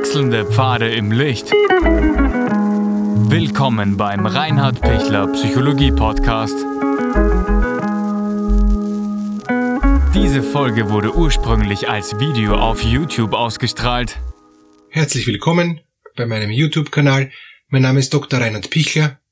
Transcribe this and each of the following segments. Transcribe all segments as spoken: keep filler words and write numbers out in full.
Wechselnde Pfade im Licht. Willkommen beim Reinhard Pichler Psychologie Podcast. Diese Folge wurde ursprünglich als Video auf YouTube ausgestrahlt. Herzlich willkommen bei meinem YouTube-Kanal. Mein Name ist Doktor Reinhard Pichler.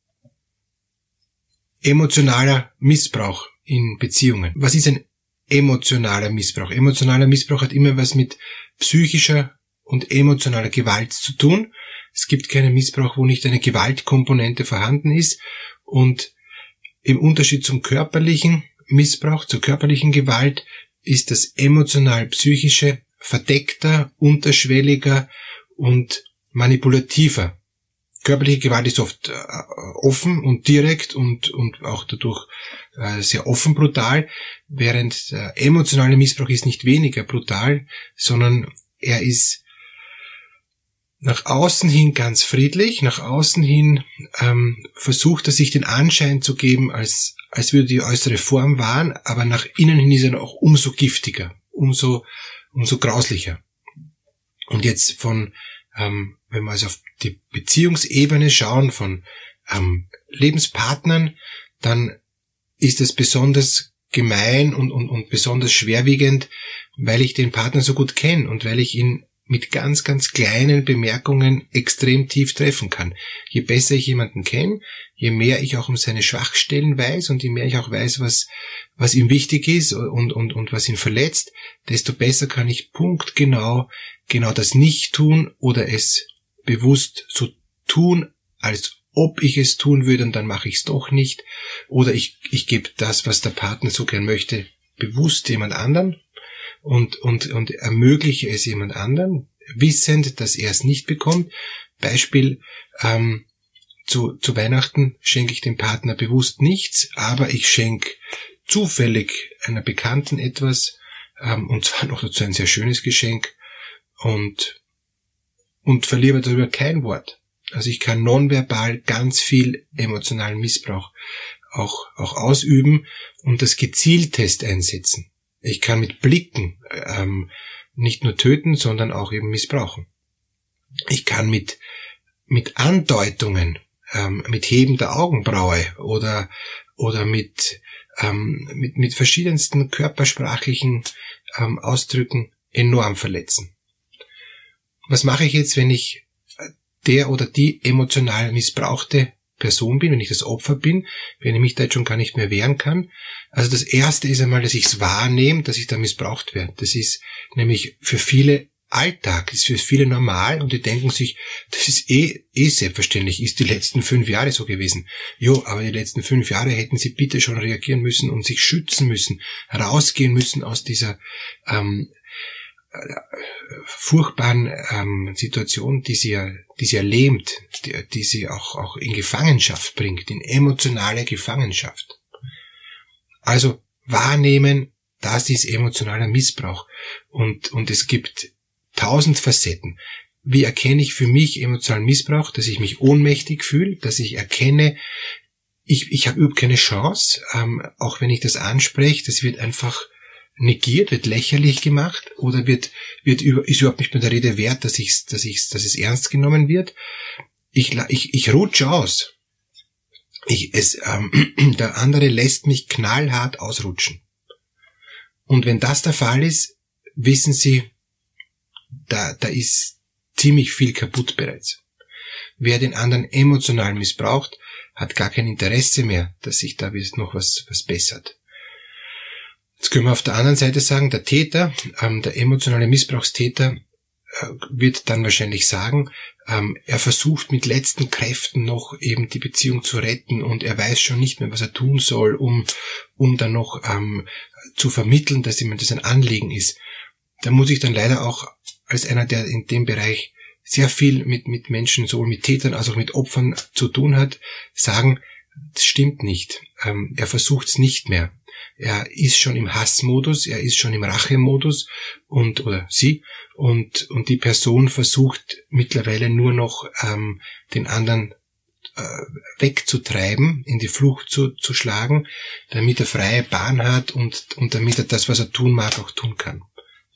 Emotionaler Missbrauch in Beziehungen. Was ist ein emotionaler Missbrauch? Emotionaler Missbrauch hat immer was mit psychischer und emotionaler Gewalt zu tun. Es gibt keinen Missbrauch, wo nicht eine Gewaltkomponente vorhanden ist. Und im Unterschied zum körperlichen Missbrauch, zur körperlichen Gewalt, ist das emotional-psychische verdeckter, unterschwelliger und manipulativer. Körperliche Gewalt ist oft äh, offen und direkt und, und auch dadurch äh, sehr offen brutal, während der emotionale Missbrauch ist nicht weniger brutal, sondern er ist nach außen hin ganz friedlich, nach außen hin ähm, versucht er sich den Anschein zu geben, als, als würde die äußere Form wahren, aber nach innen hin ist er auch umso giftiger, umso, umso grauslicher. Und jetzt von, ähm, wenn wir also auf die Beziehungsebene schauen, von ähm, Lebenspartnern, dann ist es besonders gemein und, und, und besonders schwerwiegend, weil ich den Partner so gut kenne und weil ich ihn mit ganz, ganz kleinen Bemerkungen extrem tief treffen kann. Je besser ich jemanden kenne, je mehr ich auch um seine Schwachstellen weiß und je mehr ich auch weiß, was, was ihm wichtig ist und, und, und was ihn verletzt, desto besser kann ich punktgenau genau das nicht tun oder es bewusst so tun, als ob ich es tun würde und dann mache ich es doch nicht. Oder ich, ich gebe das, was der Partner so gern möchte, bewusst jemand anderen. Und, und, und ermögliche es jemand anderen, wissend, dass er es nicht bekommt. Beispiel, ähm, zu, zu Weihnachten schenke ich dem Partner bewusst nichts, aber ich schenke zufällig einer Bekannten etwas, ähm, und zwar noch dazu ein sehr schönes Geschenk und, und verliere darüber kein Wort. Also ich kann nonverbal ganz viel emotionalen Missbrauch auch, auch ausüben und das gezieltest einsetzen. Ich kann mit Blicken ähm, nicht nur töten, sondern auch eben missbrauchen. Ich kann mit mit Andeutungen, ähm, mit Heben der Augenbraue oder oder mit ähm, mit mit verschiedensten körpersprachlichen ähm, Ausdrücken enorm verletzen. Was mache ich jetzt, wenn ich der oder die emotional missbrauchte Person bin, wenn ich das Opfer bin, wenn ich mich da jetzt schon gar nicht mehr wehren kann? Also das Erste ist einmal, dass ich es wahrnehme, dass ich da missbraucht werde. Das ist nämlich für viele Alltag, das ist für viele normal und die denken sich, das ist eh, eh selbstverständlich, ist die letzten fünf Jahre so gewesen. Jo, aber die letzten fünf Jahre hätten sie bitte schon reagieren müssen und sich schützen müssen, rausgehen müssen aus dieser ähm, furchtbaren ähm, Situation, die sie ja, die sie ja lähmt, die, die sie auch, auch in Gefangenschaft bringt, in emotionale Gefangenschaft. Also wahrnehmen, das ist emotionaler Missbrauch. Und, und es gibt tausend Facetten. Wie erkenne ich für mich emotionalen Missbrauch? Dass ich mich ohnmächtig fühle, dass ich erkenne, ich, ich habe überhaupt keine Chance, ähm, auch wenn ich das anspreche, das wird einfach negiert, wird lächerlich gemacht oder wird, wird über, ist überhaupt nicht mehr der Rede wert, dass ich, dass ich, dass es ernst genommen wird. Ich, ich, ich rutsche aus. Ich, es, ähm, der andere lässt mich knallhart ausrutschen. Und wenn das der Fall ist, wissen Sie, da, da ist ziemlich viel kaputt bereits. Wer den anderen emotional missbraucht, hat gar kein Interesse mehr, dass sich da noch was, was bessert. Jetzt können wir auf der anderen Seite sagen, der Täter, ähm, der emotionale Missbrauchstäter äh, wird dann wahrscheinlich sagen, ähm, er versucht mit letzten Kräften noch eben die Beziehung zu retten und er weiß schon nicht mehr, was er tun soll, um um dann noch ähm, zu vermitteln, dass ihm das ein Anliegen ist. Da muss ich dann leider auch als einer, der in dem Bereich sehr viel mit mit Menschen, sowohl mit Tätern als auch mit Opfern zu tun hat, sagen, das stimmt nicht. Ähm, er versucht es nicht mehr. Er ist schon im Hassmodus, er ist schon im Rachemodus und oder sie und und die Person versucht mittlerweile nur noch ähm, den anderen äh, wegzutreiben, in die Flucht zu, zu schlagen, damit er freie Bahn hat und und damit er das, was er tun mag, auch tun kann.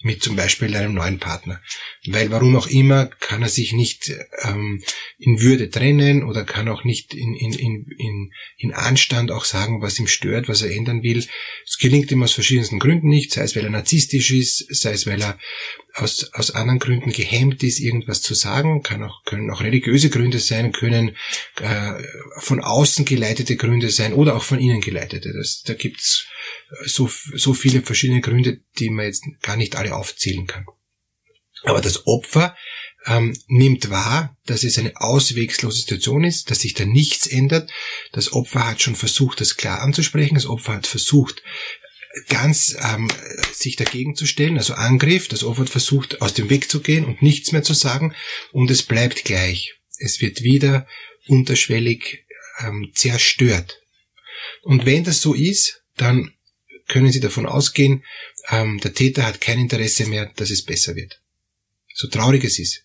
mit zum Beispiel einem neuen Partner. Weil warum auch immer kann er sich nicht ähm, in Würde trennen oder kann auch nicht in, in, in, in, in Anstand auch sagen, was ihm stört, was er ändern will. Es gelingt ihm aus verschiedensten Gründen nicht, sei es, weil er narzisstisch ist, sei es, weil er aus, aus anderen Gründen gehemmt ist, irgendwas zu sagen, kann auch, können auch religiöse Gründe sein, können äh, von außen geleitete Gründe sein oder auch von innen geleitete. Das, da gibt's so, so viele verschiedene Gründe, die man jetzt gar nicht alle aufzählen kann. Aber das Opfer ähm, nimmt wahr, dass es eine auswegslose Situation ist, dass sich da nichts ändert. Das Opfer hat schon versucht, das klar anzusprechen. Das Opfer hat versucht, ganz ähm, sich dagegen zu stellen, also Angriff. Das Opfer hat versucht, aus dem Weg zu gehen und nichts mehr zu sagen. Und es bleibt gleich. Es wird wieder unterschwellig ähm, zerstört. Und wenn das so ist, dann können Sie davon ausgehen, ähm, der Täter hat kein Interesse mehr, dass es besser wird. So traurig es ist.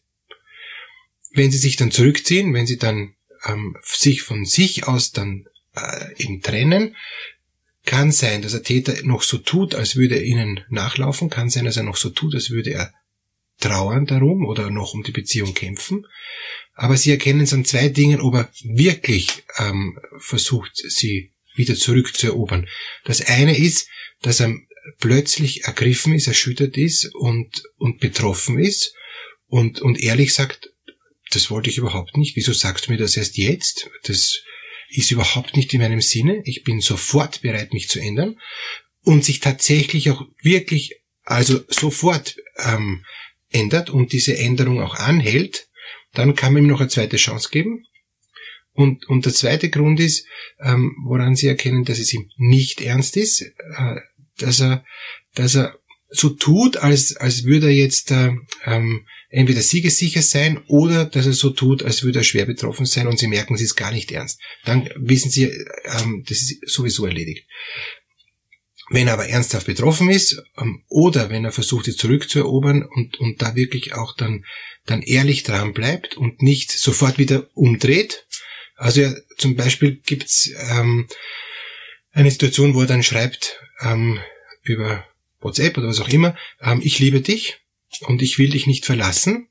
Wenn Sie sich dann zurückziehen, wenn Sie dann ähm, sich von sich aus dann äh, eben trennen, kann sein, dass der Täter noch so tut, als würde er Ihnen nachlaufen, kann sein, dass er noch so tut, als würde er trauern darum oder noch um die Beziehung kämpfen. Aber Sie erkennen es an zwei Dingen, ob er wirklich ähm, versucht, sie wieder zurückzuerobern. Das eine ist, dass er plötzlich ergriffen ist, erschüttert ist und, und betroffen ist und, und ehrlich sagt, das wollte ich überhaupt nicht. Wieso sagst du mir das erst jetzt? Das ist überhaupt nicht in meinem Sinne. Ich bin sofort bereit, mich zu ändern und sich tatsächlich auch wirklich, also sofort ähm, ändert und diese Änderung auch anhält, dann kann man ihm noch eine zweite Chance geben. Und, und der zweite Grund ist, ähm, woran Sie erkennen, dass es ihm nicht ernst ist, äh, dass er, dass er so tut, als, als würde er jetzt äh, ähm, entweder siegessicher sein oder dass er so tut, als würde er schwer betroffen sein und Sie merken, es ist gar nicht ernst. Dann wissen Sie, ähm, das ist sowieso erledigt. Wenn er aber ernsthaft betroffen ist ähm, oder wenn er versucht, sie zurückzuerobern und, und da wirklich auch dann, dann ehrlich dran bleibt und nicht sofort wieder umdreht. Also ja, zum Beispiel gibt's ähm, eine Situation, wo er dann schreibt ähm, über WhatsApp oder was auch immer, ähm, ich liebe dich und ich will dich nicht verlassen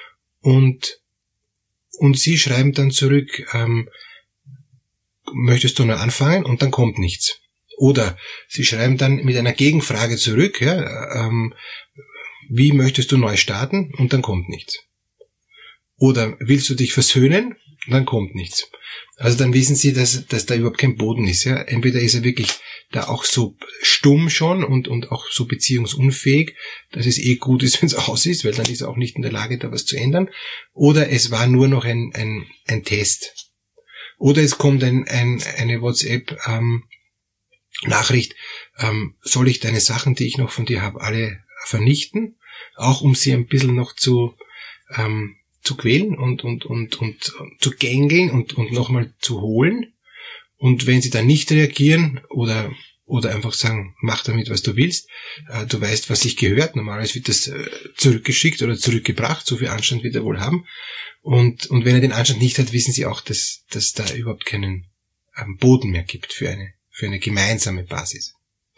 und und sie schreiben dann zurück, ähm, möchtest du nur anfangen und dann kommt nichts. Oder sie schreiben dann mit einer Gegenfrage zurück, ja, ähm, wie möchtest du neu starten und dann kommt nichts. Oder willst du dich versöhnen? Dann kommt nichts. Also dann wissen Sie, dass, dass da überhaupt kein Boden ist. Ja. Entweder ist er wirklich da auch so stumm schon und, und auch so beziehungsunfähig, dass es eh gut ist, wenn es aus ist, weil dann ist er auch nicht in der Lage, da was zu ändern. Oder es war nur noch ein, ein, ein Test. Oder es kommt ein, ein, eine WhatsApp-Nachricht, ähm, ähm, soll ich deine Sachen, die ich noch von dir habe, alle vernichten? Auch um sie ein bisschen noch zu... Ähm, zu quälen und, und, und, und, und zu gängeln und, und nochmal zu holen. Und wenn sie dann nicht reagieren oder, oder einfach sagen, mach damit, was du willst, äh, du weißt, was sich gehört. Normalerweise wird das äh, zurückgeschickt oder zurückgebracht. So viel Anstand wird er wohl haben. Und, und wenn er den Anstand nicht hat, wissen sie auch, dass, dass da überhaupt keinen ähm, Boden mehr gibt für eine, für eine gemeinsame Basis.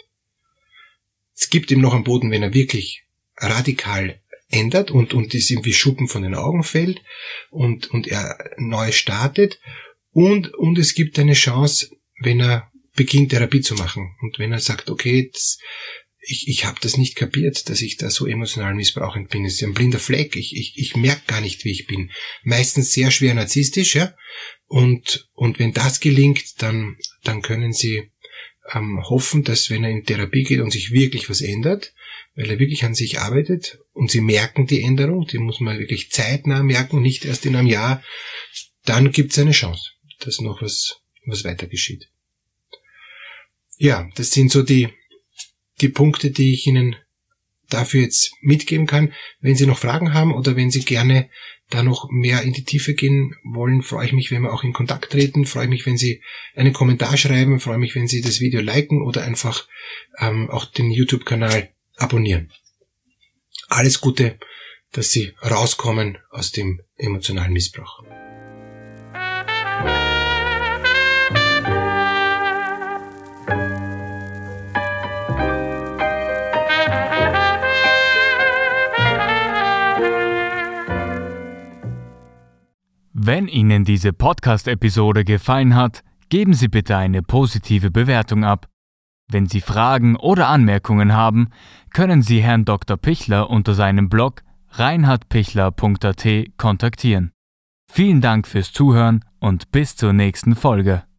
Es gibt ihm noch einen Boden, wenn er wirklich radikal ändert und, und es ihm wie Schuppen von den Augen fällt und, und er neu startet und, und es gibt eine Chance, wenn er beginnt, Therapie zu machen und wenn er sagt, okay, das, ich, ich habe das nicht kapiert, dass ich da so emotional missbrauchend bin, es ist ein blinder Fleck, ich, ich, ich merke gar nicht, wie ich bin. Meistens sehr schwer narzisstisch, ja, und, und wenn das gelingt, dann, dann können Sie ähm, hoffen, dass wenn er in Therapie geht und sich wirklich was ändert, weil er wirklich an sich arbeitet und Sie merken die Änderung, die muss man wirklich zeitnah merken, nicht erst in einem Jahr, dann gibt es eine Chance, dass noch was, was weiter geschieht. Ja, das sind so die, die Punkte, die ich Ihnen dafür jetzt mitgeben kann. Wenn Sie noch Fragen haben oder wenn Sie gerne da noch mehr in die Tiefe gehen wollen, freue ich mich, wenn wir auch in Kontakt treten, freue ich mich, wenn Sie einen Kommentar schreiben, freue mich, wenn Sie das Video liken oder einfach ähm, auch den YouTube-Kanal abonnieren. Alles Gute, dass Sie rauskommen aus dem emotionalen Missbrauch. Wenn Ihnen diese Podcast-Episode gefallen hat, geben Sie bitte eine positive Bewertung ab. Wenn Sie Fragen oder Anmerkungen haben, können Sie Herrn Doktor Pichler unter seinem Blog reinhard pichler punkt a t kontaktieren. Vielen Dank fürs Zuhören und bis zur nächsten Folge.